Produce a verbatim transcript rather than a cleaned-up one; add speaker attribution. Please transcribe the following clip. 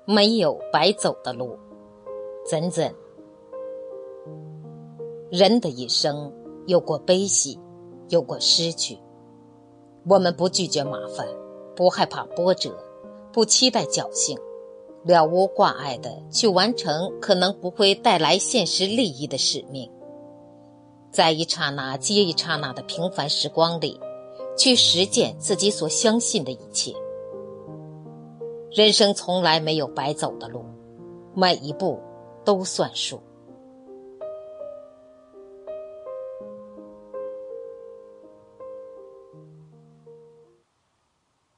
Speaker 1: 没有白走的路。怎怎。人的一生有过悲喜，有过失去。我们不拒绝麻烦，不害怕波折，不期待侥幸，了无挂碍地去完成可能不会带来现实利益的使命。在一刹那接一刹那的平凡时光里，去实践自己所相信的一切。人生从来没有白走的路，每一步都算数。